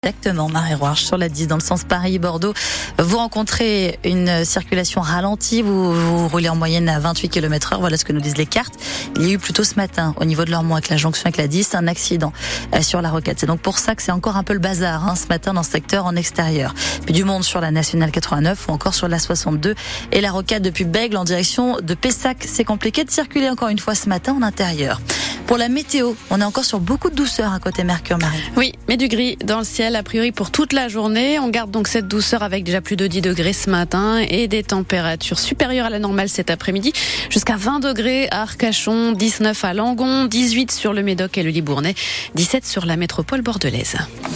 Exactement, Marais-Roarche sur la 10 dans le sens Paris-Bordeaux. Vous rencontrez une circulation ralentie, vous roulez en moyenne à 28 km/h, voilà ce que nous disent les cartes. Il y a eu plutôt ce matin, au niveau de Lormont avec la jonction avec la 10, un accident sur la rocade. C'est donc pour ça que c'est encore un peu le bazar ce matin dans ce secteur en extérieur. Puis du monde sur la nationale 89 ou encore sur la 62 et la rocade depuis Bègles en direction de Pessac. C'est compliqué de circuler encore une fois ce matin en intérieur. Pour la météo, on est encore sur beaucoup de douceur à côté Mercure, Marie. Oui, mais du gris dans le ciel, a priori pour toute la journée. On garde donc cette douceur avec déjà plus de 10 degrés ce matin et des températures supérieures à la normale cet après-midi. Jusqu'à 20 degrés à Arcachon, 19 à Langon, 18 sur le Médoc et le Libournais, 17 sur la métropole bordelaise.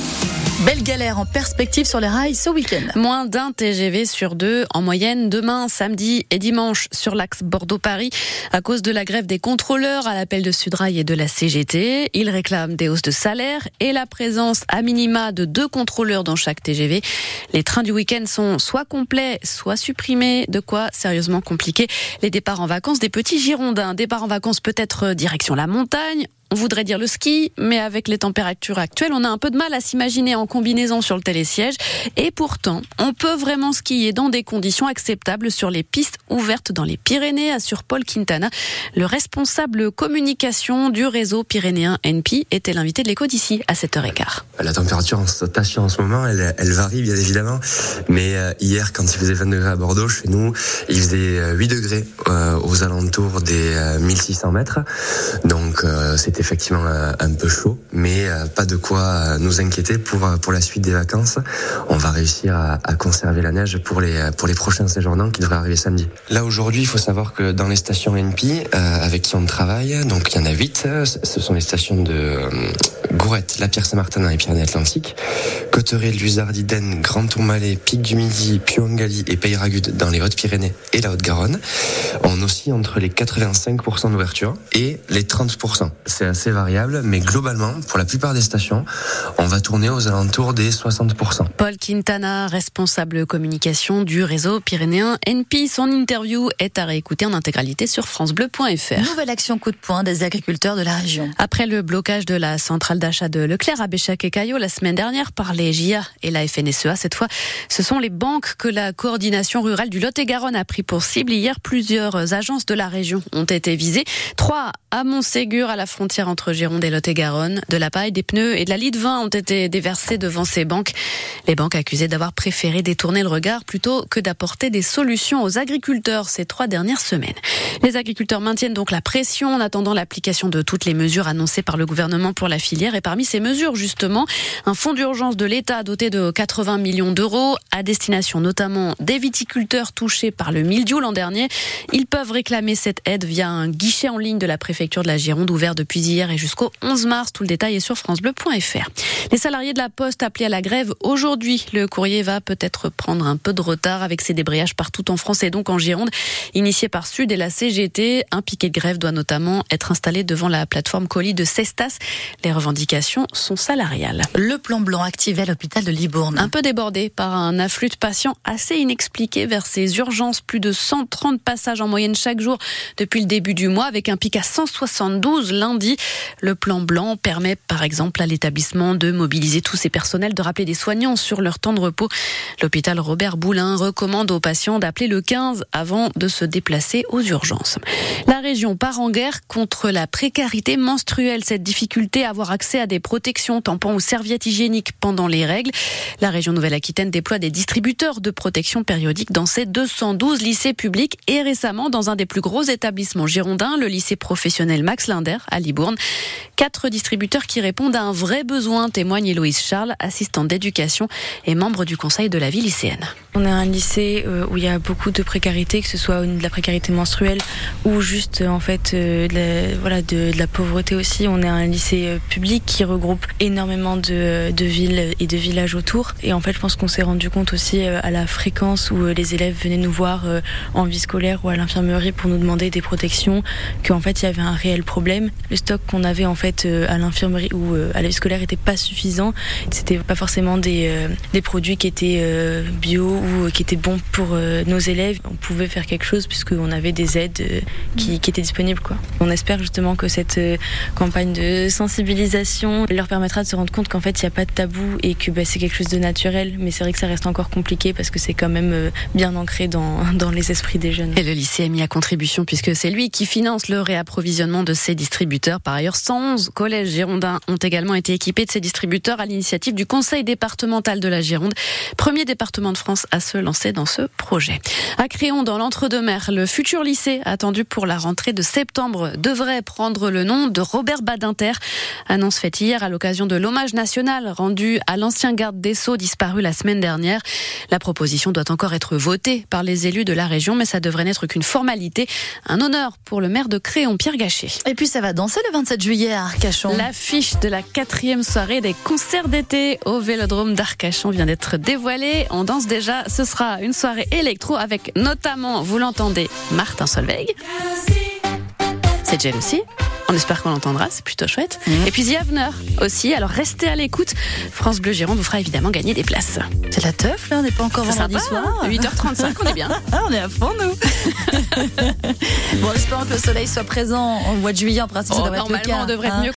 Belle galère en perspective sur les rails ce week-end. Moins d'un TGV sur deux en moyenne demain, samedi et dimanche sur l'axe Bordeaux-Paris à cause de la grève des contrôleurs à l'appel de Sudrail et de la CGT. Ils réclament des hausses de salaire et la présence à minima de 2 contrôleurs dans chaque TGV. Les trains du week-end sont soit complets, soit supprimés. De quoi sérieusement compliquer les départs en vacances des petits Girondins. Départ en vacances peut-être direction la montagne. On voudrait dire le ski, mais avec les températures actuelles, on a un peu de mal à s'imaginer en combinaison sur le télésiège. Et pourtant, on peut vraiment skier dans des conditions acceptables sur les pistes ouvertes dans les Pyrénées, assure Paul Quintana. Le responsable communication du réseau pyrénéen NP était l'invité de l'Écho d'ici à 7h15. La température en station en ce moment, elle varie bien évidemment. Mais hier, quand il faisait 20 degrés à Bordeaux, chez nous, il faisait 8 degrés aux alentours des 1600 mètres. Donc c'était effectivement un peu chaud, mais pas de quoi nous inquiéter pour la suite des vacances. On va réussir à conserver la neige pour les prochains séjournants qui devraient arriver samedi. Là aujourd'hui, il faut savoir que dans les stations NP avec qui on travaille, donc il y en a 8, ce sont les stations de Gourette, La Pierre-Saint-Martin dans les Pyrénées-Atlantiques, Cotteret, Luzard, Iden, Grand Tourmalet, Pic du Midi, Puangali et Peyragudes dans les Hautes-Pyrénées et la Haute-Garonne. On oscille entre les 85% d'ouverture et les 30%. C'est assez variable, mais globalement, pour la plupart des stations, on va tourner aux alentours des 60%. Paul Quintana, responsable communication du réseau pyrénéen NP. Son interview est à réécouter en intégralité sur francebleu.fr. Nouvelle action coup de poing des agriculteurs de la région. Après le blocage de la centrale d'achat de Leclerc à Béchac et Caillaux la semaine dernière par les JA et la FNSEA, cette fois, ce sont les banques que la coordination rurale du Lot-et-Garonne a pris pour cible. Hier, plusieurs agences de la région ont été visées. 3 à Montségur, à la frontière entre Gironde et Lot-et-Garonne. De la paille, des pneus et de la lie de vin ont été déversés devant ces banques. Les banques accusées d'avoir préféré détourner le regard plutôt que d'apporter des solutions aux agriculteurs ces 3 dernières semaines. Les agriculteurs maintiennent donc la pression en attendant l'application de toutes les mesures annoncées par le gouvernement pour la filière. Et parmi ces mesures, justement, un fonds d'urgence de l'État doté de 80 millions d'euros à destination notamment des viticulteurs touchés par le mildiou l'an dernier. Ils peuvent réclamer cette aide via un guichet en ligne de la préfecture de la Gironde ouvert depuis hier et jusqu'au 11 mars. Tout le détail est sur francebleu.fr. Les salariés de la Poste appelés à la grève aujourd'hui. Le courrier va peut-être prendre un peu de retard avec ses débrayages partout en France et donc en Gironde. Initié par Sud et la CGT, un piquet de grève doit notamment être installé devant la plateforme colis de Cestas. Les revendications sont salariales. Le plan blanc activé à l'hôpital de Libourne. Un peu débordé par un afflux de patients assez inexpliqué vers ces urgences. Plus de 130 passages en moyenne chaque jour depuis le début du mois avec un pic à 172 lundi. Le plan blanc permet par exemple à l'établissement de mobiliser tous ses personnels, de rappeler des soignants sur leur temps de repos. L'hôpital Robert Boulin recommande aux patients d'appeler le 15 avant de se déplacer aux urgences. La région part en guerre contre la précarité menstruelle, cette difficulté à avoir accès à des protections, tampons ou serviettes hygiéniques pendant les règles. La région Nouvelle-Aquitaine déploie des distributeurs de protection périodique dans ses 212 lycées publics et récemment dans un des plus gros établissements girondins, le lycée professionnel Max Linder à Libourne. 4 distributeurs qui répondent à un vrai besoin, témoigne Héloïse Charles, assistante d'éducation et membre du conseil de la vie lycéenne. On est un lycée où il y a beaucoup de précarité, que ce soit de la précarité menstruelle ou juste en fait de la pauvreté aussi. On est un lycée public qui regroupe énormément de villes et de villages autour. Et en fait, je pense qu'on s'est rendu compte aussi à la fréquence où les élèves venaient nous voir en vie scolaire ou à l'infirmerie pour nous demander des protections, qu'en fait il y avait un réel problème. Le stock qu'on avait en fait à l'infirmerie l'infirmerie ou à la vie scolaire n'était pas suffisant. C'était pas forcément des produits qui étaient bio ou qui étaient bons pour nos élèves. On pouvait faire quelque chose puisqu'on avait des aides qui étaient disponibles, quoi. On espère justement que cette campagne de sensibilisation leur permettra de se rendre compte qu'en fait il n'y a pas de tabou et que c'est quelque chose de naturel. Mais c'est vrai que ça reste encore compliqué parce que c'est quand même bien ancré dans les esprits des jeunes. Et le lycée a mis à contribution puisque c'est lui qui finance le réapprovisionnement de ces distributeurs. Par ailleurs, 111 collèges girondins ont également été équipés de ces distributeurs à l'initiative du conseil départemental de la Gironde, premier département de France à se lancer dans ce projet. À Créon, dans l'Entre-deux-Mers, le futur lycée attendu pour la rentrée de septembre devrait prendre le nom de Robert Badinter. Annonce faite hier à l'occasion de l'hommage national rendu à l'ancien garde des Sceaux disparu la semaine dernière. La proposition doit encore être votée par les élus de la région, mais ça devrait n'être qu'une formalité. Un honneur pour le maire de Créon, Pierre Gachet. Et puis ça va danser le 27 juillet à Arcachon. L'affiche de la 4e soirée des concerts d'été au Vélodrome d'Arcachon vient d'être dévoilée. On danse déjà, ce sera une soirée électro avec notamment, vous l'entendez, Martin Solveig. C'est Jealousy. On espère qu'on l'entendra, c'est plutôt chouette. Et puis The Avener aussi, alors restez à l'écoute. France Bleu Gironde vous fera évidemment gagner des places. C'est la teuf là, on n'est pas encore vendredi soir. 8h35, on est bien. On est à fond nous. Bon, espérons que le soleil soit présent au mois de juillet, en principe ça devrait être le cas. Normalement, on devrait être mieux